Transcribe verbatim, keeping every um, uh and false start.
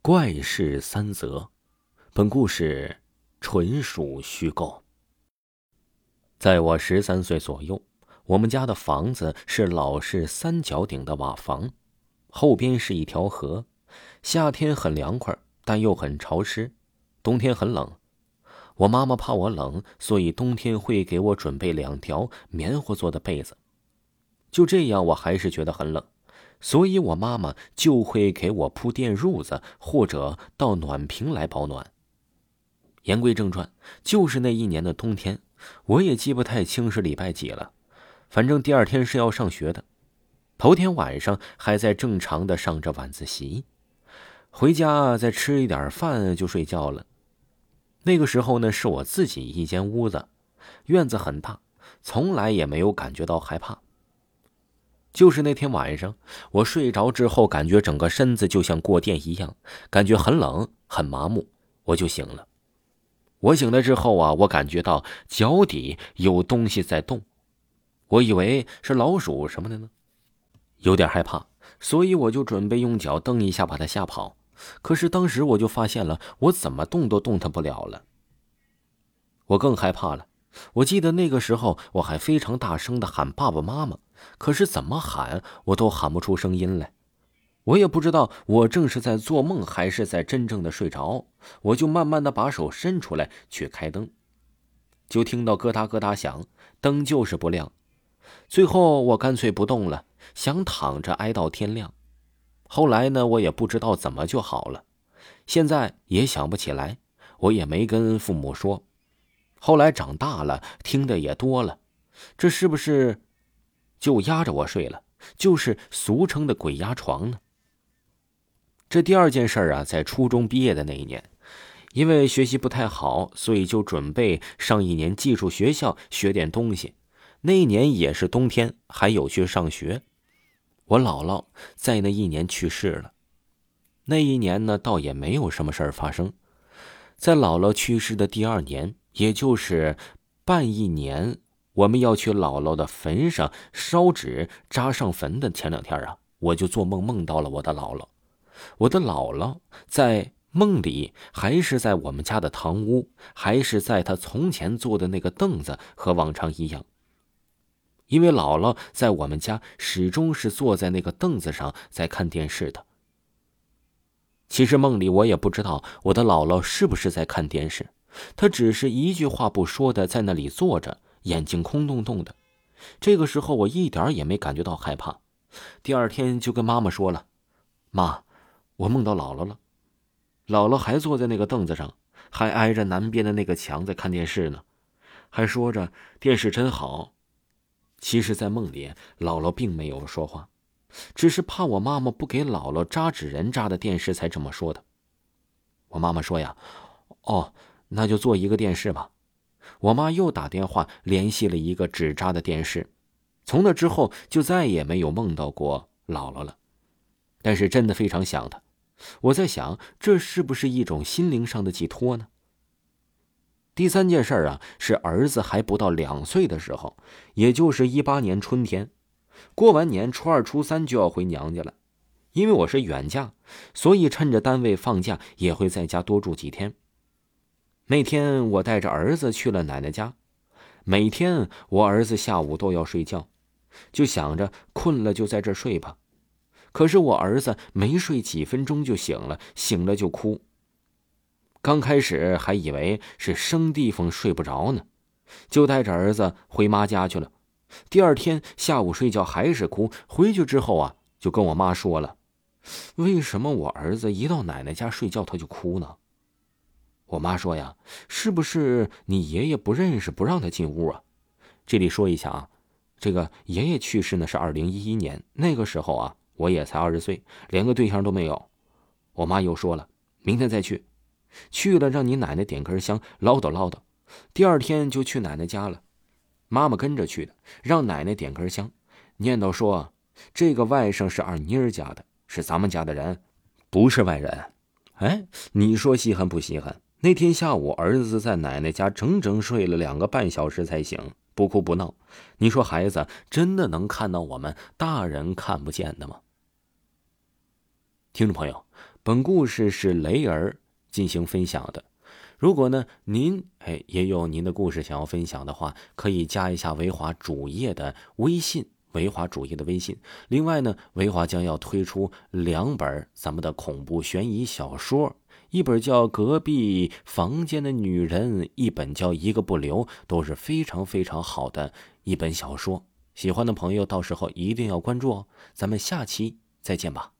怪事三则，本故事纯属虚构。在我十三岁左右，我们家的房子是老式三角顶的瓦房，后边是一条河，夏天很凉快，但又很潮湿，冬天很冷。我妈妈怕我冷，所以冬天会给我准备两条棉花做的被子。就这样，我还是觉得很冷，所以我妈妈就会给我铺电褥子，或者到暖瓶来保暖。言归正传，就是那一年的冬天，我也记不太清是礼拜几了，反正第二天是要上学的。头天晚上还在正常的上着晚自习，回家再吃一点饭就睡觉了。那个时候呢，是我自己一间屋子，院子很大，从来也没有感觉到害怕。就是那天晚上，我睡着之后，感觉整个身子就像过电一样，感觉很冷很麻木，我就醒了。我醒了之后啊，我感觉到脚底有东西在动，我以为是老鼠什么的呢，有点害怕，所以我就准备用脚蹬一下把它吓跑。可是当时我就发现了，我怎么动都动弹不了了。我更害怕了，我记得那个时候我还非常大声地喊爸爸妈妈，可是怎么喊我都喊不出声音来。我也不知道我正是在做梦还是在真正的睡着，我就慢慢地把手伸出来去开灯，就听到咯嗒咯嗒响，灯就是不亮。最后我干脆不动了，想躺着挨到天亮。后来呢，我也不知道怎么就好了，现在也想不起来，我也没跟父母说。后来长大了，听的也多了，这是不是就压着我睡了，就是俗称的鬼压床呢？这第二件事啊，在初中毕业的那一年，因为学习不太好，所以就准备上一年技术学校学点东西。那一年也是冬天，还有去上学。我姥姥在那一年去世了。那一年呢，倒也没有什么事儿发生。在姥姥去世的第二年，也就是办一年我们要去姥姥的坟上烧纸扎上坟的前两天啊，我就做梦梦到了我的姥姥。我的姥姥在梦里还是在我们家的堂屋，还是在她从前坐的那个凳子，和往常一样。因为姥姥在我们家始终是坐在那个凳子上在看电视的。其实梦里我也不知道我的姥姥是不是在看电视，她只是一句话不说的在那里坐着，眼睛空洞洞的。这个时候我一点也没感觉到害怕。第二天就跟妈妈说了，妈，我梦到姥姥了，姥姥还坐在那个凳子上，还挨着南边的那个墙在看电视呢，还说着电视真好。其实在梦里姥姥并没有说话，只是怕我妈妈不给姥姥扎纸人扎的电视才这么说的。我妈妈说呀，哦，那就做一个电视吧。我妈又打电话联系了一个纸扎的电视。从那之后就再也没有梦到过姥姥了，但是真的非常想她。我在想，这是不是一种心灵上的寄托呢？第三件事啊，是儿子还不到两岁的时候，也就是一八年春天，过完年初二初三就要回娘家了。因为我是远嫁，所以趁着单位放假也会在家多住几天。那天我带着儿子去了奶奶家，每天我儿子下午都要睡觉，就想着困了就在这睡吧。可是我儿子没睡几分钟就醒了，醒了就哭。刚开始还以为是生地方睡不着呢，就带着儿子回妈家去了。第二天下午睡觉还是哭，回去之后啊，就跟我妈说了，为什么我儿子一到奶奶家睡觉他就哭呢？我妈说呀，是不是你爷爷不认识，不让他进屋啊？这里说一下啊，这个爷爷去世呢是二零一一年，那个时候啊，我也才二十岁，连个对象都没有。我妈又说了，明天再去，去了让你奶奶点根香，唠叨唠叨。第二天就去奶奶家了，妈妈跟着去的，让奶奶点根香，念叨说，这个外甥是二妮儿家的，是咱们家的人，不是外人。哎，你说稀罕不稀罕？那天下午儿子在奶奶家整整睡了两个半小时才醒，不哭不闹。你说孩子真的能看到我们大人看不见的吗？听众朋友， 本故事是雷儿进行分享的。如果呢您哎也有您的故事想要分享的话，可以加一下维华主页的微信，维华主页的微信。另外呢，维华将要推出两本咱们的恐怖悬疑小说，一本叫《隔壁房间的女人》，一本叫《一个不留》，都是非常非常好的一本小说。喜欢的朋友到时候一定要关注哦。咱们下期再见吧。